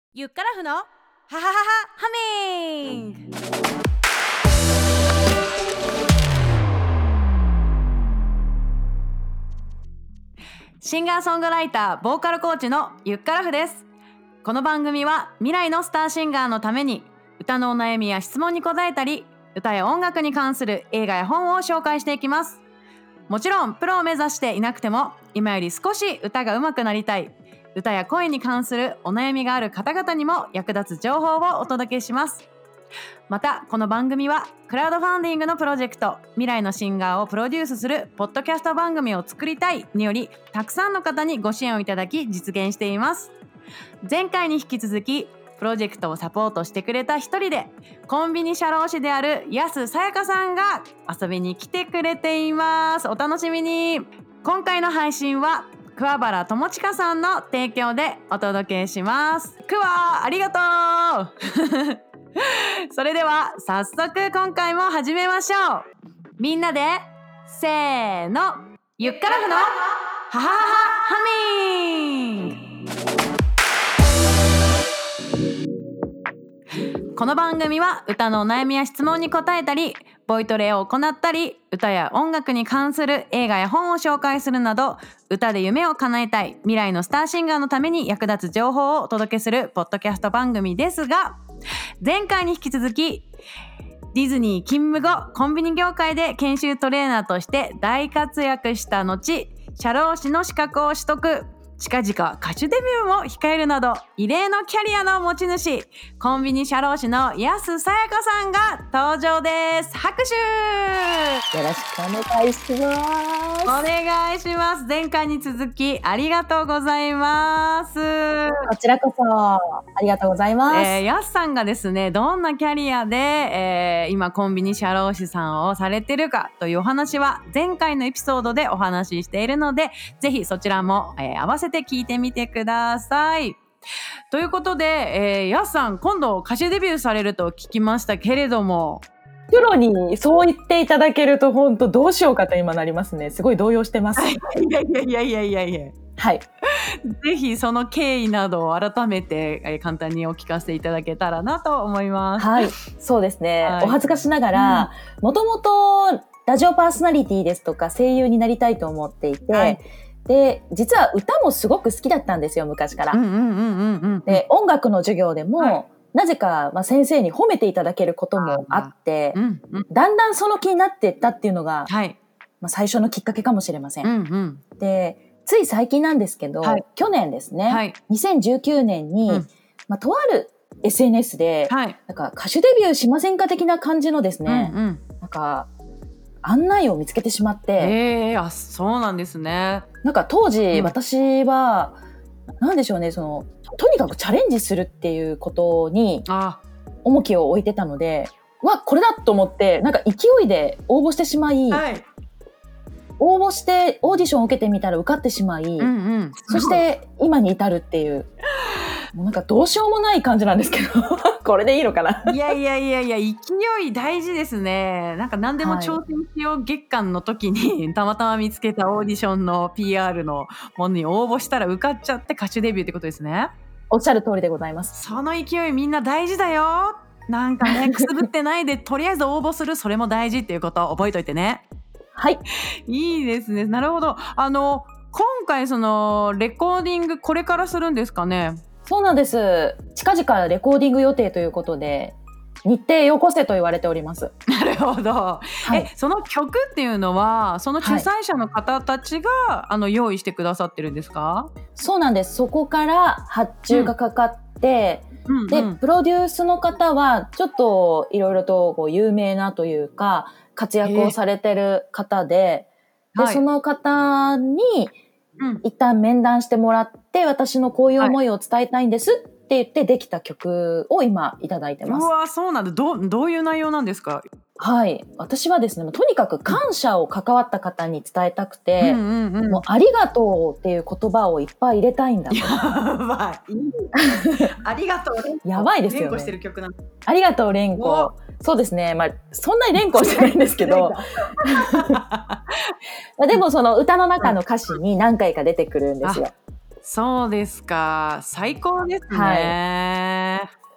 ゆっからふのハハハハハミング。シンガーソングライターボーカルコーチのゆっからふです。この番組は未来のスターシンガーのために歌のお悩みや質問に答えたり、歌や音楽に関する映画や本を紹介していきます。もちろんプロを目指していなくても、今より少し歌が上手くなりたい、歌や声に関するお悩みがある方々にも役立つ情報をお届けします。またこの番組はクラウドファンディングのプロジェクト、未来のシンガーをプロデュースするポッドキャスト番組を作りたいにより、たくさんの方にご支援をいただき実現しています。前回に引き続きプロジェクトをサポートしてくれた一人で、コンビニ社労士である安さやかさんが遊びに来てくれています。お楽しみに。今回の配信は桑原友親さんの提供でお届けします。桑、ありがとうそれでは早速今回も始めましょう。みんなでせーの、ゆっからふのハハハハミング。この番組は歌のお悩みや質問に答えたり、ボイトレを行ったり、歌や音楽に関する映画や本を紹介するなど、歌で夢を叶えたい未来のスターシンガーのために役立つ情報をお届けするポッドキャスト番組ですが、前回に引き続きディズニー勤務後、コンビニ業界で研修トレーナーとして大活躍した後、社労士の資格を取得、近々歌手デビューも控えるなど異例のキャリアの持ち主、コンビニ社労士の安さやかさんが登場です。拍手。 よろしくお願いします。 お願いします。前回に続きありがとうございます。 こちらこそありがとうございます。 安さんがですね、どんなキャリアで、今コンビニ社労士さんをされてるかというお話は前回のエピソードでお話ししているので、ぜひそちらも、合わせて聞いてみてください。ということで、安さん今度歌手デビューされると聞きましたけれども、 プロにそう言っていただけると本当どうしようかと今なりますね。すごい動揺してます。 いやはい。 ぜひその経緯などを改めて、簡単にお聞かせいただけたらなと思います。 はい、そうですね。 はい、 お恥ずかしながら、もともとラジオパーソナリティですとか声優になりたいと思っていて、はい、で実は歌もすごく好きだったんですよ、昔から。で音楽の授業でも、はい、なぜか、先生に褒めていただけることもあって、だんだんその気になっていったっていうのが、はい、最初のきっかけかもしれません。でつい最近なんですけど、はい、去年ですね、はい、2019年に、とある SNS で、はい、なんか歌手デビューしませんか的な感じのですね、なんか案内を見つけてしまって、 あ、そうなんですね。 なんか当時、私はなんでしょうね、とにかくチャレンジするっていうことに重きを置いてたので、これだと思ってなんか勢いで応募してしまい、はい、応募してオーディションを受けてみたら受かってしまい、そして今に至るっていう、もうなんかどうしようもない感じなんですけどこれでいいのかな。 いや勢い大事ですね。なんか何でも挑戦しよう月間の時に、たまたま見つけたオーディションの PR のものに応募したら受かっちゃって歌手デビューってことですね。 おっしゃる通りでございます。 その勢いみんな大事だよ。なんかね、くすぶってないでとりあえず応募する、それも大事っていうことを覚えといてね。 はい、 いいですね。なるほど。今回そのレコーディングこれからするんですかね。 そうなんです。近々レコーディング予定ということで、日程よこせと言われております。 なるほど、はい、その曲っていうのはその主催者の方たちが、用意してくださってるんですか？ そうなんです。そこから発注がかかって、でプロデュースの方はちょっといろいろとこう有名なというか活躍をされてる方で、その方に一旦面談してもらって、私のこういう思いを伝えたいんですって言ってできた曲を今いただいてます。 うわ、そうなんだ。どういう内容なんですか？ はい、私はですね、とにかく感謝を関わった方に伝えたくて、もうありがとうっていう言葉をいっぱい入れたいんだと。やばいありがとうやばいですよね。 連呼してる曲なんありがとう連呼。そうですね、そんなに連呼してないんですけどでもその歌の中の歌詞に何回か出てくるんですよ。 そうですか。最高ですね。 はい、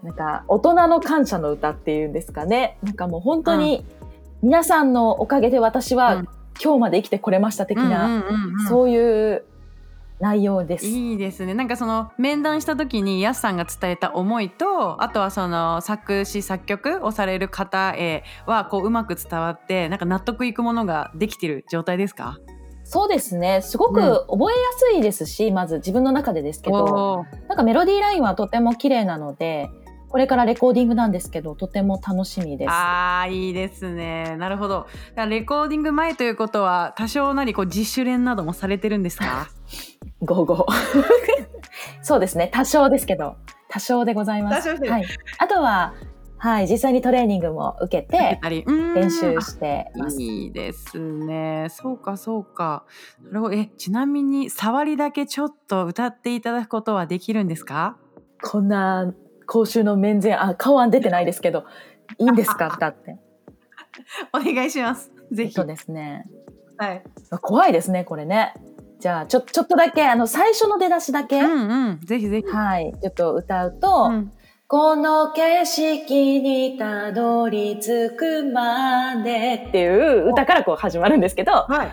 なんか大人の感謝の歌っていうんですかね。なんかもう本当に皆さんのおかげで私は今日まで生きてこれました的な、そういう内容です。 いいですね。なんかその面談した時にやすさんが伝えた思いと、あとはその作詞作曲をされる方へはこううまく伝わって、なんか納得いくものができてる状態ですか？ そうですね。すごく覚えやすいですし、まず自分の中でですけど、なんかメロディーラインはとても綺麗なので、これからレコーディングなんですけど、とても楽しみです。 いいですね。なるほど。レコーディング前ということは多少なりこう自主練などもされてるんですか？ ゴーゴーそうですね。多少ですけど、多少でございます。はい。あとは、はい、実際にトレーニングも受けて練習してます。 いいですね。そうかそうか。なるほど。ちなみに触りだけちょっと歌っていただくことはできるんですか？ こんな公衆の面前、顔は出てないですけど、いいんですか歌って。 お願いします。ぜひ。 そうですね。 はい。 怖いですねこれね。じゃあちょっとだけ最初の出だしだけ、 ぜひぜひ。 はい、ちょっと歌うと。この景色にたどり着くまでっていう歌からこう始まるんですけど、はい、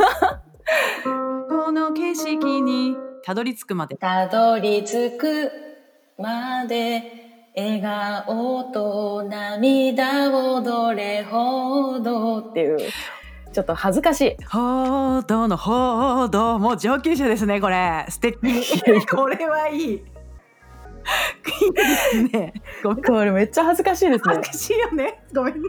この景色にたどり着くまで、 たどり着くまで笑顔と涙をどれほどっていう、ちょっと恥ずかしい。 ほどのほど、もう上級者ですねこれ。素敵これはいいいいですね。 これめっちゃ恥ずかしいですね。 恥ずかしいよね。ごめんね。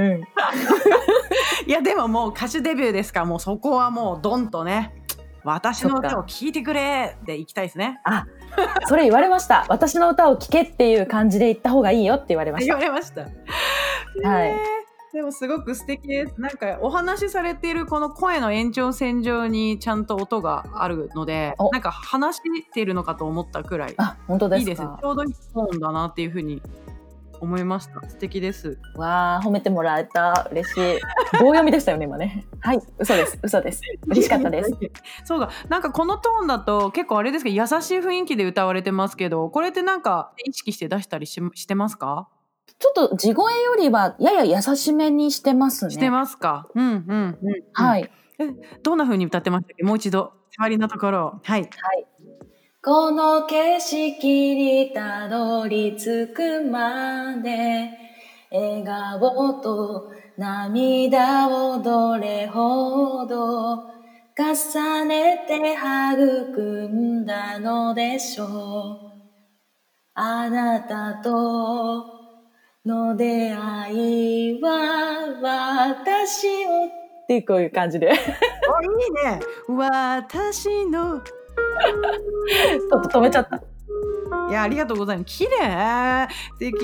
いやでももう歌手デビューですから、もうそこはもうドンとね、私の歌を聴いてくれでいきたいですね。 それ言われました。私の歌を聴けっていう感じで言った方がいいよって言われました。 言われました。はい。でもすごく素敵です。なんかお話しされているこの声の延長線上にちゃんと音があるので、なんか話しているのかと思ったくらい。 本当ですか？ いいですね。ちょうどいいトーンだなっていうふうに思いました。素敵です。 わー、褒めてもらえた。嬉しい。棒読みでしたよね今ね。はい、嘘です。嬉しかったです。 そうか。なんかこのトーンだと結構あれですけど、優しい雰囲気で歌われてますけど、これってなんか意識して出したりしてますか？ ちょっと地声よりはやや優しめにしてますね。 してますか？ はい。 どんな風に歌ってましたっけ？もう一度触りのところ。はい。 この景色にたどり着くまで笑顔と涙をどれほど重ねて育んだのでしょう。あなたとの出会いは私をってこういう感じで。いいね。私のちょっと止めちゃった。 いや、ありがとうございます。綺麗。素敵。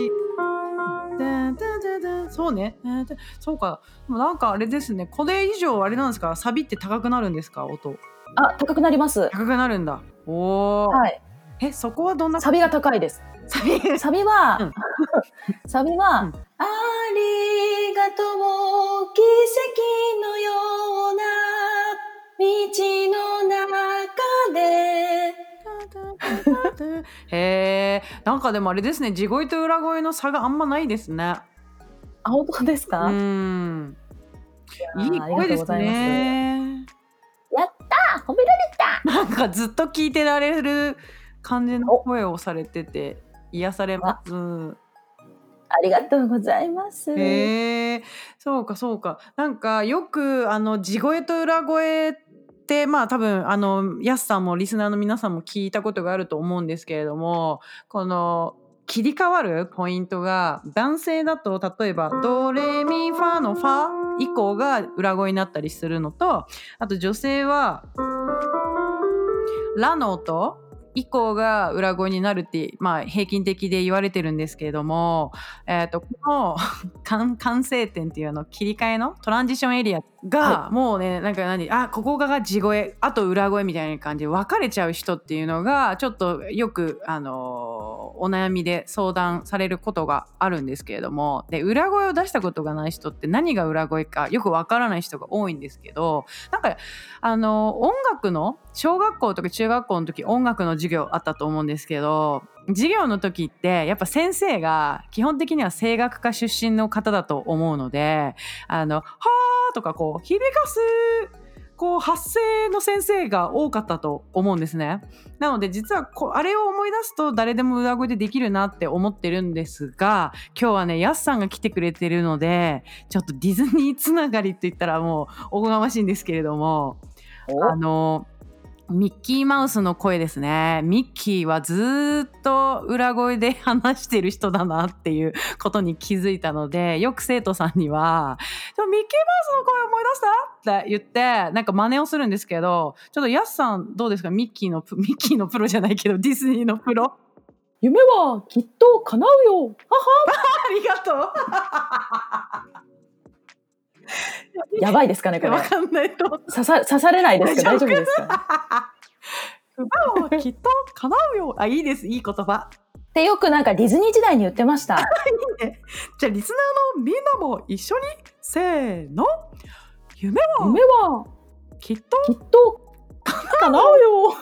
そうね。そうか。なんかあれですね。これ以上あれなんですか？サビって高くなるんですか？音。 高くなります。 高くなるんだ。おお。はい。そこはどんな？ サビが高いです。サビは、サビは、ありがとう、奇跡のような道の中で。なんかでもあれですね、地声と裏声の差があんまないですね。 本当ですか？ いい声ですね。 やったー、褒められた。 なんかずっと聞いてられる感じの声をされてて癒されます。 ありがとうございます。 そうかそうか。なんかよく地声と裏声って多分やすさんもリスナーの皆さんも聞いたことがあると思うんですけれども、この切り替わるポイントが、男性だと例えばドレミファのファ以降が裏声になったりするのと、あと女性はラの音以降が裏声になるって、平均的で言われてるんですけれども、この完成点っていう切り替えのトランジションエリアが、もうね、なんかここが地声、あと裏声みたいな感じで分かれちゃう人っていうのがちょっとよくお悩みで相談されることがあるんですけれども、で裏声を出したことがない人って何が裏声かよくわからない人が多いんですけど、なんか音楽の小学校とか中学校の時音楽の授業あったと思うんですけど、授業の時ってやっぱ先生が基本的には声楽科出身の方だと思うので、はーとかこう響かすこう発声の先生が多かったと思うんですね。なので実はあれを思い出すと誰でも裏声でできるなって思ってるんですが、今日はねやすさんが来てくれてるので、ちょっとディズニーつながりって言ったらもうおこがましいんですけれども、ミッキーマウスの声ですね。ミッキーはずっと裏声で話してる人だなっていうことに気づいたので、よく生徒さんにはミッキーマウスの声思い出したって言ってなんか真似をするんですけど、ちょっとヤスさんどうですか？ミッキーのプロじゃないけどディズニーのプロ。 夢はきっと叶うよ。ははありがとうやばいですかねこれ。 わかんないと刺されないですか？大丈夫ですか？ 夢はきっと叶うよ。あ、いいです、いい言葉でよくなんかディズニー時代に言ってましたいいね。じゃあリスナーのみんなも一緒にせーの、夢はきっと叶うよ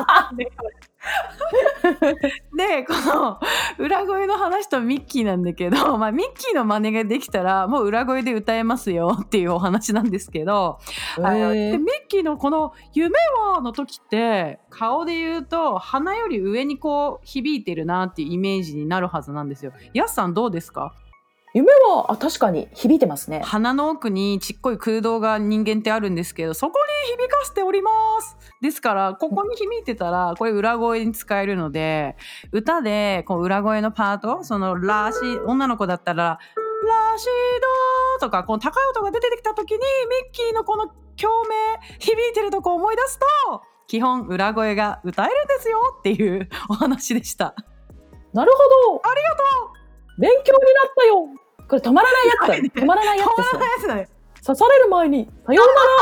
でこの裏声の話とミッキーなんだけど、ミッキーの真似ができたらもう裏声で歌えますよっていうお話なんですけど、でミッキーのこの夢はの時って顔で言うと鼻より上にこう響いてるなっていうイメージになるはずなんですよ。やすさんどうですか？ 夢は確かに響いてますね。 鼻の奥にちっこい空洞が人間ってあるんですけど、そこに響かせております。ですからここに響いてたらこれ裏声に使えるので、歌でこう裏声のパート、そのラシ女の子だったらラシドとかこの高い音が出てきた時にミッキーのこの共鳴響いてるとこ思い出すと基本裏声が歌えるんですよっていうお話でした。 なるほど、 ありがとう、勉強になったよ。これ止まらないやつだね。止まらないやつですね。刺される前にさようなら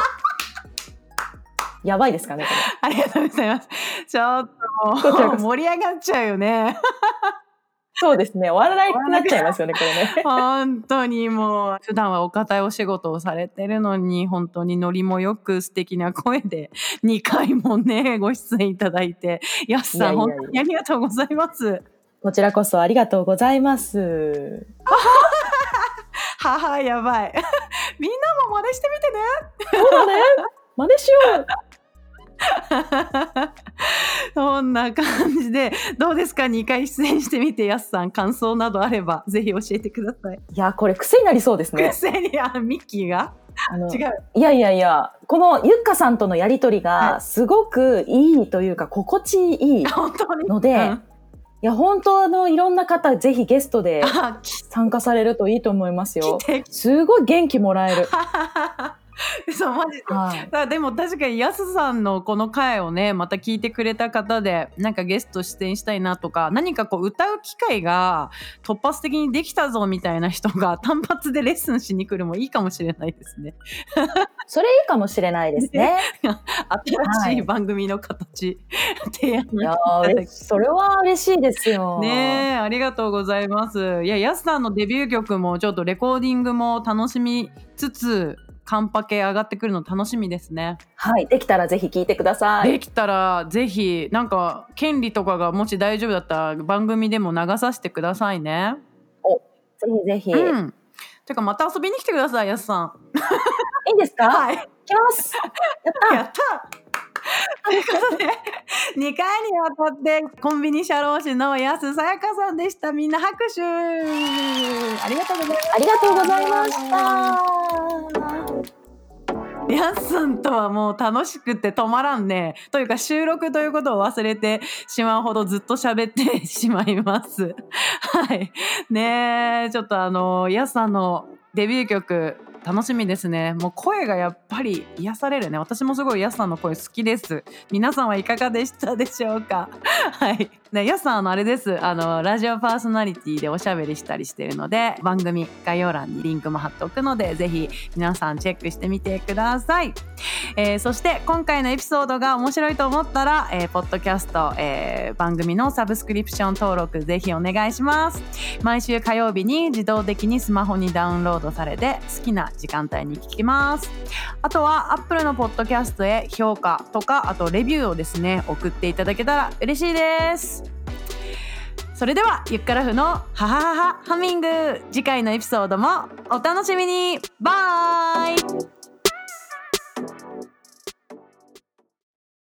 やばいですかねこれ。ありがとうございます。ちょっともう盛り上がっちゃうよねそうですね、終わらないくなっちゃいますよねこれね本当にもう普段はお堅いお仕事をされてるのに本当にノリもよく素敵な声で2回もねご出演いただいて、やすさん本当にありがとうございます。 こちらこそありがとうございますははやばいみんなも真似してみてね。 そうだね、真似しようそんな感じでどうですか？2回出演してみてやすさん感想などあればぜひ教えてください。 いやこれ癖になりそうですね。 癖にミッキーが違う。 いやこのゆっかさんとのやりとりがすごくいいというか心地いいので、いや本当いろんな方ぜひゲストで参加されるといいと思いますよ。すごい元気もらえるそうマジで、でも確かにやすさんのこの回をねまた聞いてくれた方でなんかゲスト出演したいなとか何かこう歌う機会が突発的にできたぞみたいな人が単発でレッスンしに来るもいいかもしれないですねそれいいかもしれないですね新しい番組の形、提案いやそれは嬉しいですよね。ありがとうございます。いややすさんのデビュー曲もちょっとレコーディングも楽しみつつカンパケ上がってくるの楽しみですね。 はい、できたらぜひ聞いてください。 できたらぜひなんか権利とかがもし大丈夫だったら番組でも流させてくださいね。 お、ぜひぜひ。 てかまた遊びに来てくださいやすさん。 いいですか？ はい。 来ますやったということで2回にわたってコンビニ社労士のやすさやかさんでした。みんな拍手ありがとうございました。 ありがとうございました。 やすさんとはもう楽しくて止まらんね。というか収録ということを忘れてしまうほどずっと喋ってしまいますはいねえ、ちょっとやすさんのデビュー曲楽しみですね。もう声がやっぱり癒されるね。私もすごいやすさんの声好きです。皆さんはいかがでしたでしょうか。はいね、やすさんあれです。ラジオパーソナリティでおしゃべりしたりしているので、番組概要欄にリンクも貼っておくので、ぜひ皆さんチェックしてみてください。そして今回のエピソードが面白いと思ったら、ポッドキャスト、番組のサブスクリプション登録ぜひお願いします。毎週火曜日に自動的にスマホにダウンロードされて好きな時間帯に聞きます。あとは Apple のポッドキャストへ評価とか、あとレビューをですね送っていただけたら嬉しいです。それではゆっからふのハハハハハミング、次回のエピソードもお楽しみに。バイ。